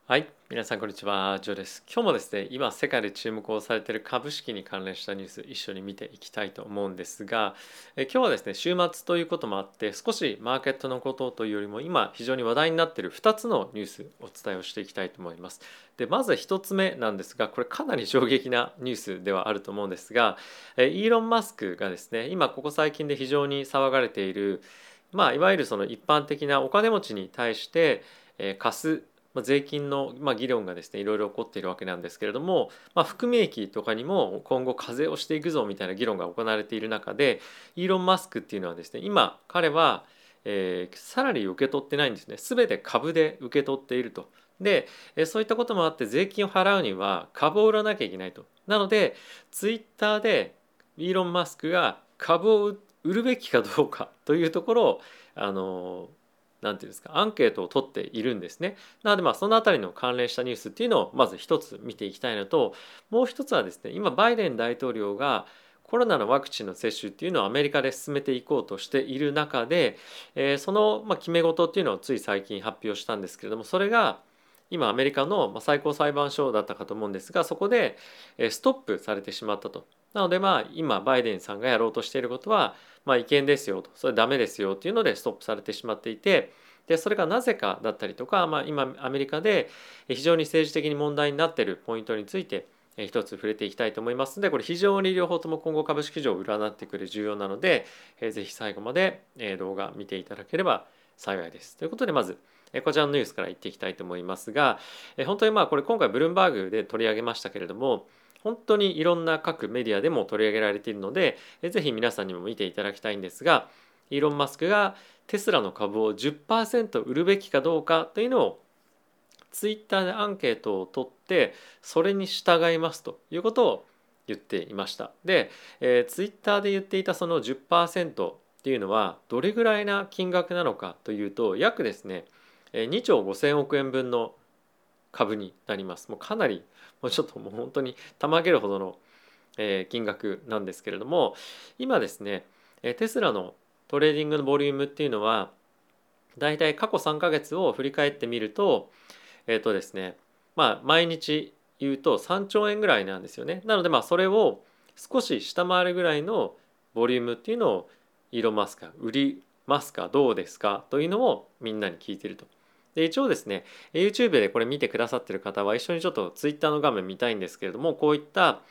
はい、皆さんこんにちは、ジョーです。今日もですね、今世界で注目をされている株式に関連したニュース、一緒に見ていきたいと思うんですが、今日はですね、週末ということもあって、少しマーケットのことというよりも、今非常に話題になっている2つのニュースお伝えをしていきたいと思います。で、まず1つ目なんですが、これかなり衝撃なニュースではあると思うんですが、イーロン・マスクがですね、今ここ最近で非常に騒がれている、いわゆるその一般的なお金持ちに対して貸す税金の議論がですねいろいろ起こっているわけなんですけれども、含み益とかにも今後課税をしていくぞみたいな議論が行われている中で、イーロン・マスクっていうのはですね、今彼は、サラリーを受け取ってないんですね。全て株で受け取っていると。で、そういったこともあって税金を払うには株を売らなきゃいけないと。なのでツイッターでイーロン・マスクが株を売るべきかどうかというところをあのなんていうんですか、アンケートを取っているんですね。なのでそのあたりの関連したニュースっていうのをまず一つ見ていきたいのと、もう一つはですね、今バイデン大統領がコロナのワクチンの接種っていうのをアメリカで進めていこうとしている中で、その決め事っていうのをつい最近発表したんですけれども、それが今アメリカの最高裁判所だったかと思うんですが、そこでストップされてしまったと。なので今バイデンさんがやろうとしていることは違憲ですよと、それダメですよっていうのでストップされてしまっていて、でそれがなぜかだったりとか、今アメリカで非常に政治的に問題になっているポイントについて一つ触れていきたいと思いますので、これ非常に両方とも今後株式市場を占ってくる重要なので、ぜひ最後まで動画見ていただければ幸いです。ということで、まずこちらのニュースから言っていきたいと思いますが、本当にこれ今回ブルームバーグで取り上げましたけれども、本当にいろんな各メディアでも取り上げられているので、ぜひ皆さんにも見ていただきたいんですが、イーロン・マスクがテスラの株を10%売るべきかどうかというのをツイッターでアンケートを取ってそれに従いますということを言っていました。で、ツイッターで言っていたその10%っていうのはどれぐらいな金額なのかというと、約ですね2兆5,000億円分の株になります。もうかなりもうちょっともう本当にたまげるほどの金額なんですけれども、今ですねテスラのトレーディングのボリュームっていうのはだいたい過去3ヶ月を振り返ってみるとですね毎日言うと3兆円ぐらいなんですよね。なのでそれを少し下回るぐらいのボリュームっていうのをイーロン・マスクが売りますかどうですかというのをみんなに聞いていると。で一応ですね YouTube でこれ見てくださってる方は一緒にちょっと Twitter の画面見たいんですけれども、こういった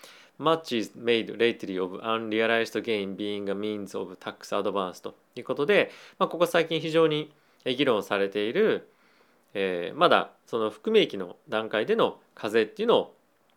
Much is made lately of unrealized gain being a means of tax advance ということで、ここ最近非常に議論されている、まだその含み益の段階での課税っていうのを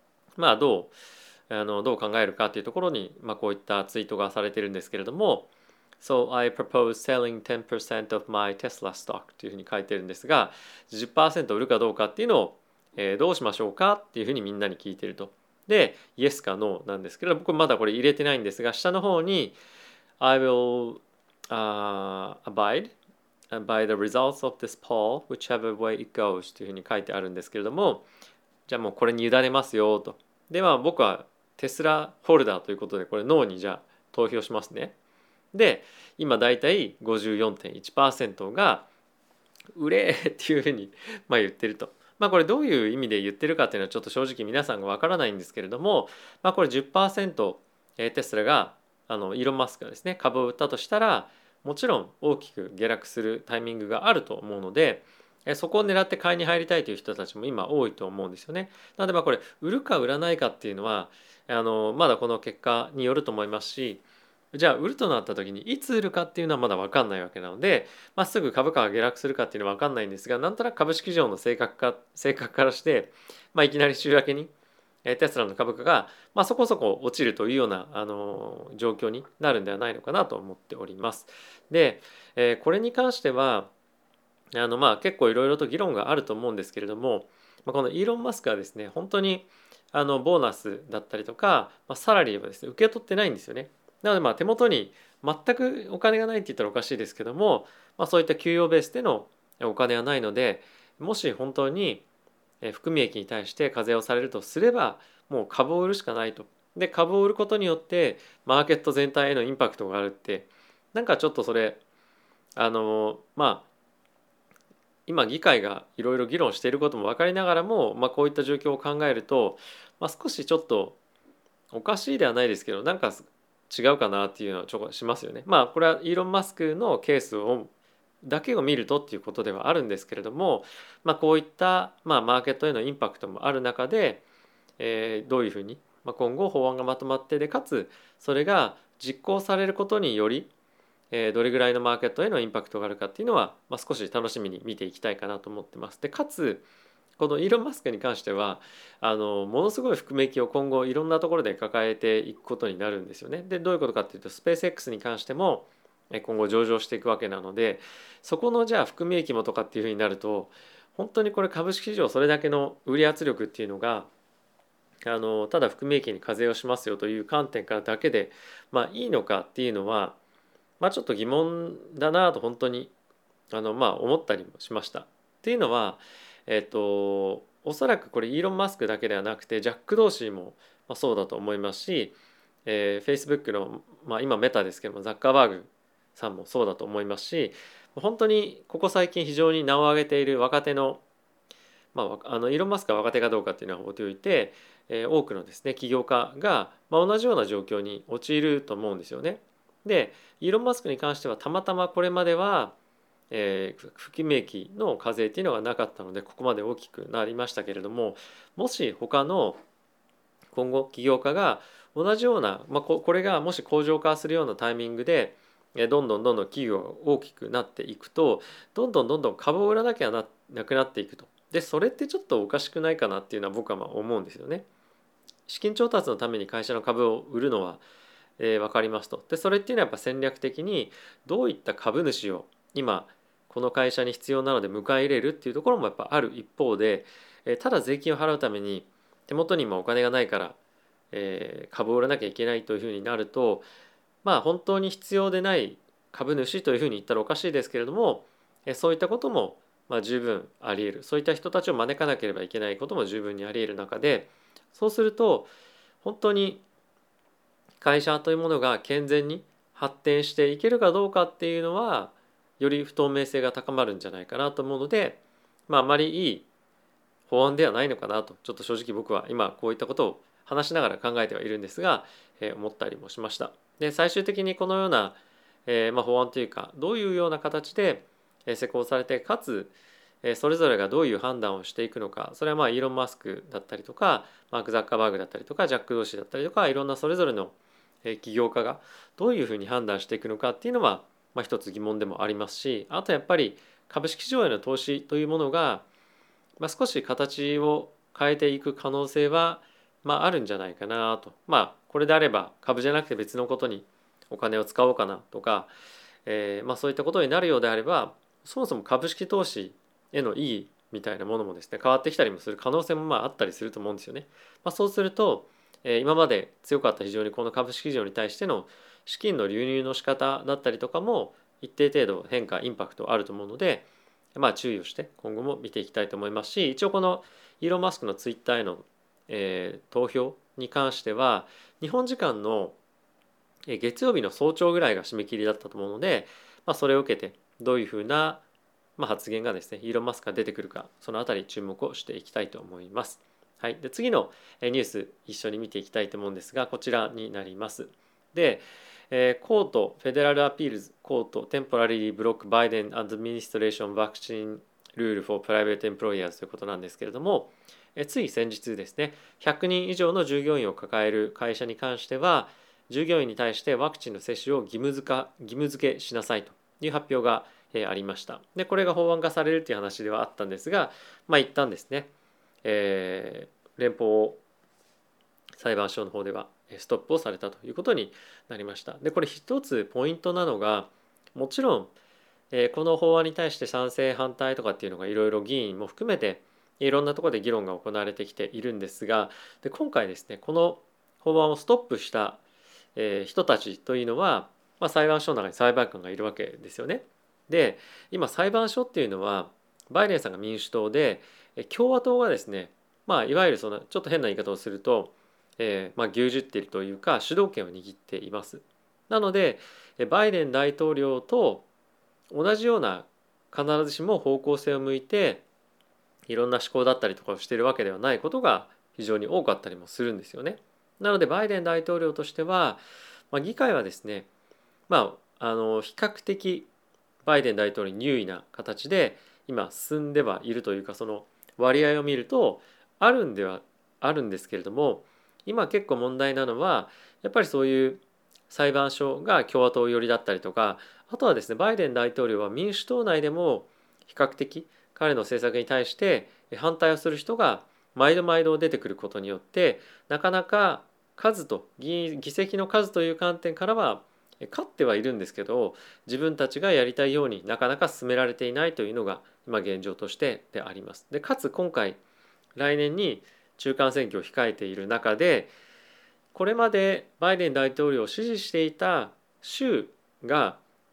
どう考えるかというところに、こういったツイートがされているんですけれども、So I propose selling 10% of my Tesla stock というふうに書いてるんですが、10%売るかどうかっていうのを、どうしましょうかっていうふうにみんなに聞いてると。で、Yes か No なんですけど、僕まだこれ入れてないんですが、下の方に I will、abide by the results of this poll whichever way it goes というふうに書いてあるんですけれども、じゃあもうこれに委ねますよと。で僕はテスラホルダーということでこれノーにじゃあ投票しますね。で今だいたい54.1% が売れっていうふうに言ってると。これどういう意味で言ってるかっていうのはちょっと正直皆さんがわからないんですけれども、これ 10% テスラがイーロン・マスクがですね株を売ったとしたら、もちろん大きく下落するタイミングがあると思うので、そこを狙って買いに入りたいという人たちも今多いと思うんですよね。なのでこれ売るか売らないかっていうのはまだこの結果によると思いますし、じゃあ売るとなった時にいつ売るかっていうのはまだ分かんないわけなので、すぐ株価が下落するかっていうのは分かんないんですが、なんとなく株式市場の性格からして、いきなり週明けにテスラの株価が、そこそこ落ちるというような状況になるんではないのかなと思っております。で、これに関しては結構いろいろと議論があると思うんですけれども、このイーロン・マスクはですね本当にボーナスだったりとか、サラリーはですね受け取ってないんですよね。なので手元に全くお金がないって言ったらおかしいですけども、そういった給与ベースでのお金はないので、もし本当に含み益に対して課税をされるとすれば、もう株を売るしかないと。で株を売ることによってマーケット全体へのインパクトがあるって、なんかちょっとそれあのまあ今議会がいろいろ議論していることも分かりながらも、こういった状況を考えると、少しちょっとおかしいではないですけど、なんか違うかなっていうのはちょっとしますよね。これはイーロン・マスクのケースだけを見るとっていうことではあるんですけれども、こういった、マーケットへのインパクトもある中で、どういうふうに、今後法案がまとまってでかつそれが実行されることにより、どれぐらいのマーケットへのインパクトがあるかっていうのは、少し楽しみに見ていきたいかなと思ってます。でかつこのイーロン・マスクに関してはものすごい含め益を今後いろんなところで抱えていくことになるんですよね。でどういうことかっていうと、スペース X に関しても今後上場していくわけなので、そこのじゃあ含み益もとかっていうふうになると、本当にこれ株式市場それだけの売り圧力っていうのがただ含み益に課税をしますよという観点からだけで、いいのかっていうのは、ちょっと疑問だなと本当に思ったりもしました。っていうのは、おそらくこれイーロン・マスクだけではなくてジャック・ドーシーもそうだと思いますし、Facebook の、今メタですけどもザッカーバーグさんもそうだと思いますし、本当にここ最近非常に名を上げている若手の、イーロン・マスクが若手かどうかっていうのは置いておいて、多くのですね起業家が、同じような状況に陥ると思うんですよね。でイーロン・マスクに関してはたまたまこれまでは不記名期の課税っていうのがなかったのでここまで大きくなりましたけれども、もし他の今後起業家が同じような、これがもし恒常化するようなタイミングでどんどん企業が大きくなっていくと、どんどん株を売らなきゃなくなっていくと。でそれってちょっとおかしくないかなっていうのは僕は思うんですよね。資金調達のために会社の株を売るのは分かりますと。でそれっていうのはやっぱ戦略的にどういった株主を今この会社に必要なので迎え入れるっていうところもやっぱある一方で、ただ税金を払うために手元に今お金がないから、株を売らなきゃいけないというふうになると、本当に必要でない株主というふうに言ったらおかしいですけれども、そういったことも十分あり得る。そういった人たちを招かなければいけないことも十分にあり得る中で、そうすると本当に会社というものが健全に発展していけるかどうかっていうのはより不透明性が高まるんじゃないかなと思うので、あまりいい法案ではないのかなと、ちょっと正直僕は今こういったことを話しながら考えてはいるんですが、思ったりもしました。で最終的にこのような、法案というかどういうような形で施行されて、かつそれぞれがどういう判断をしていくのか、それはイーロン・マスクだったりとかマーク・ザッカーバーグだったりとかジャック・ドーシーだったりとか、いろんなそれぞれの起業家がどういうふうに判断していくのかっていうのは、一つ疑問でもありますし、あとやっぱり株式市場への投資というものが、少し形を変えていく可能性は、あるんじゃないかなと。これであれば株じゃなくて別のことにお金を使おうかなとか、そういったことになるようであれば、そもそも株式投資への意義みたいなものもですね変わってきたりもする可能性もあったりすると思うんですよね。そうすると今まで強かった非常にこの株式市場に対しての資金の流入の仕方だったりとかも一定程度変化インパクトあると思うので、注意をして今後も見ていきたいと思いますし、一応このイーロン・マスクのツイッターへの、投票に関しては日本時間の月曜日の早朝ぐらいが締め切りだったと思うので、それを受けてどういうふうな発言がですねイーロン・マスクが出てくるか、そのあたり注目をしていきたいと思います。はい、で次のニュース一緒に見ていきたいと思うんですが、こちらになります。で、コートフェデラルアピールズコートテンポラリーブロックバイデンアドミニストレーションワクチンルールフォープライベートエンプロイヤーズということなんですけれども、つい先日ですね100人以上の従業員を抱える会社に関しては従業員に対してワクチンの接種を義務付けしなさいという発表がありました。でこれが法案化されるという話ではあったんですが、一旦ですね、連邦裁判所の方ではストップをされたということになりました。でこれ一つポイントなのが、もちろんこの法案に対して賛成反対とかっていうのがいろいろ議員も含めていろんなところで議論が行われてきているんですが、で今回ですねこの法案をストップした人たちというのは、裁判所の中に裁判官がいるわけですよね。で今裁判所っていうのはバイデンさんが民主党で共和党がですね、いわゆるそのちょっと変な言い方をすると、牛耳っているというか主導権を握っています。なのでバイデン大統領と同じような必ずしも方向性を向いていろんな思考だったりとかをしているわけではないことが非常に多かったりもするんですよね。なのでバイデン大統領としては、議会はですね、比較的バイデン大統領に優位な形で今進んではいるというか、その割合を見るとあるんではあるんですけれども、今結構問題なのはやっぱりそういう裁判所が共和党寄りだったりとか、あとはですね、バイデン大統領は民主党内でも比較的彼の政策に対して反対をする人が毎度毎度出てくることによって、なかなか数と議席の数という観点からは勝ってはいるんですけど、自分たちがやりたいようになかなか進められていないというのが今現状としてであります。でかつ今回来年に中間選挙を控えている中で、これまでバイデン大統領を支持していた州が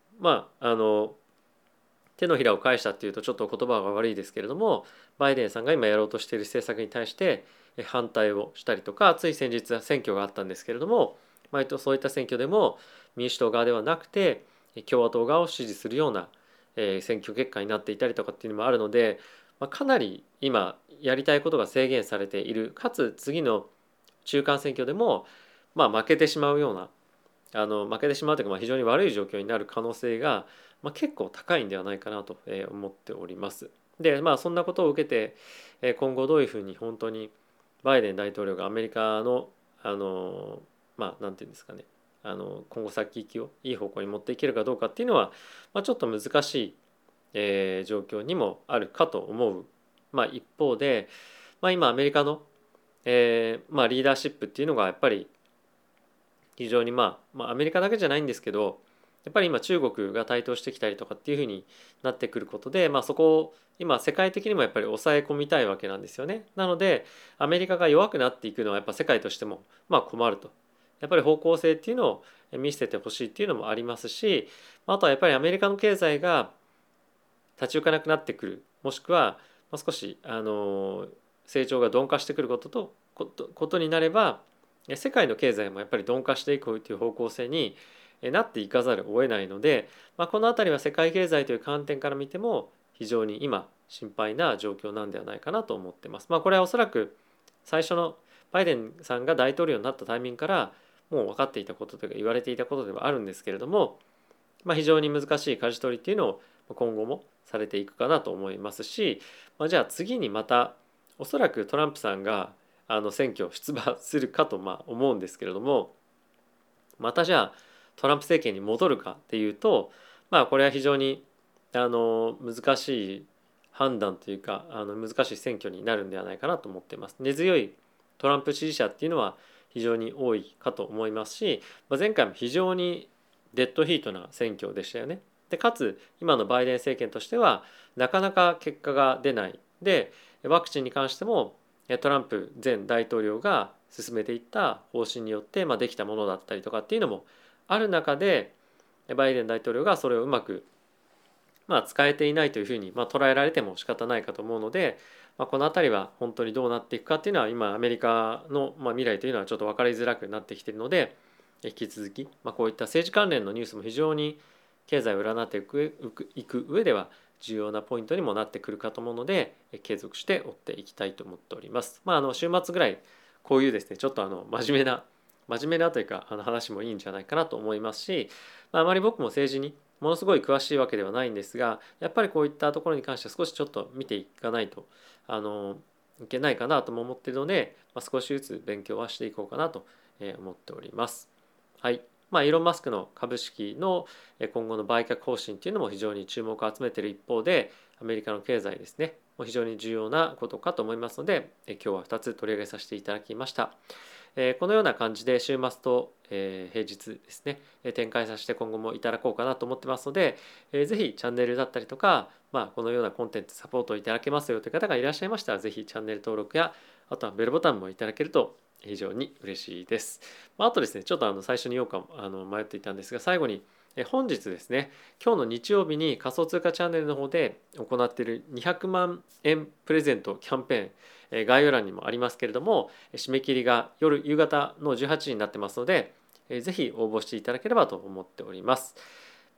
手のひらを返したっていうとちょっと言葉が悪いですけれども、バイデンさんが今やろうとしている政策に対して反対をしたりとか、つい先日選挙があったんですけれども、そういった選挙でも民主党側ではなくて共和党側を支持するような選挙結果になっていたりとかっていうのもあるので、かなり今やりたいことが制限されている、かつ次の中間選挙でも負けてしまうような負けてしまうというか、非常に悪い状況になる可能性が、結構高いんではないかなと思っております。でそんなことを受けて今後どういうふうに本当にバイデン大統領がアメリカのなんていうんですかね、今後先行きをいい方向に持っていけるかどうかっていうのは、ちょっと難しい、状況にもあるかと思う、一方で、今アメリカの、リーダーシップっていうのがやっぱり非常にアメリカだけじゃないんですけど、やっぱり今中国が台頭してきたりとかっていうふうになってくることで、そこを今世界的にもやっぱり抑え込みたいわけなんですよね。なのでアメリカが弱くなっていくのはやっぱ世界としても困ると。やっぱり方向性っていうのを見せてほしいっていうのもありますし、あとはやっぱりアメリカの経済が立ち行かなくなってくる、もしくは少し成長が鈍化してくることになれば、世界の経済もやっぱり鈍化していくという方向性になっていかざるを得ないので、この辺りは世界経済という観点から見ても非常に今心配な状況なんではないかなと思ってます。これはおそらく最初のバイデンさんが大統領になったタイミングからもう分かっていたことというか言われていたことではあるんですけれども、非常に難しい舵取りっていうのを今後もされていくかなと思いますし、じゃあ次にまたおそらくトランプさんが選挙出馬するかと思うんですけれども、またじゃあトランプ政権に戻るかっていうと、これは非常に難しい判断というか難しい選挙になるんではないかなと思っています。根強いトランプ支持者っていうのは非常に多いかと思いますし、前回も非常にデッドヒートな選挙でしたよね。でかつ今のバイデン政権としてはなかなか結果が出ない。でワクチンに関してもトランプ前大統領が進めていった方針によってできたものだったりとかっていうのもある中で、バイデン大統領がそれをうまく使えていないというふうに捉えられても仕方ないかと思うので、この辺りは本当にどうなっていくかっていうのは今アメリカの未来というのはちょっと分かりづらくなってきているので、引き続きこういった政治関連のニュースも非常に経済を占っていく上では重要なポイントにもなってくるかと思うので、継続して追っていきたいと思っております。週末ぐらいこういうですねちょっと真面目なというか話もいいんじゃないかなと思いますし、あまり僕も政治にものすごい詳しいわけではないんですが、やっぱりこういったところに関しては少しちょっと見ていかないといけないかなとも思っているので、少しずつ勉強はしていこうかなと思っております。はい。イーロン・マスクの株式の今後の売却方針っていうのも非常に注目を集めている一方で、アメリカの経済ですね、非常に重要なことかと思いますので、今日は2つ取り上げさせていただきました。このような感じで週末と平日ですね展開させて今後もいただこうかなと思ってますので、ぜひチャンネルだったりとか、このようなコンテンツサポートいただけますよという方がいらっしゃいましたら、ぜひチャンネル登録やあとはベルボタンもいただけると非常に嬉しいです。あとですね、ちょっと最初に言おうか迷っていたんですが、最後に本日ですね、今日の日曜日に仮想通貨チャンネルの方で行っている200万円プレゼントキャンペーン、概要欄にもありますけれども、締め切りが夕方の18時になってますので、ぜひ応募していただければと思っております。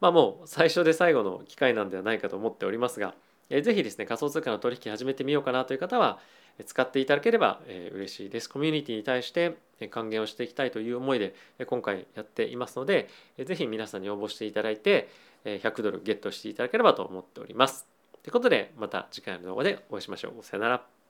もう最初で最後の機会なんではないかと思っておりますが、ぜひですね仮想通貨の取引始めてみようかなという方は使っていただければ嬉しいです。コミュニティに対して還元をしていきたいという思いで今回やっていますので、ぜひ皆さんに応募していただいて100ドルゲットしていただければと思っております。ということでまた次回の動画でお会いしましょう。さよなら。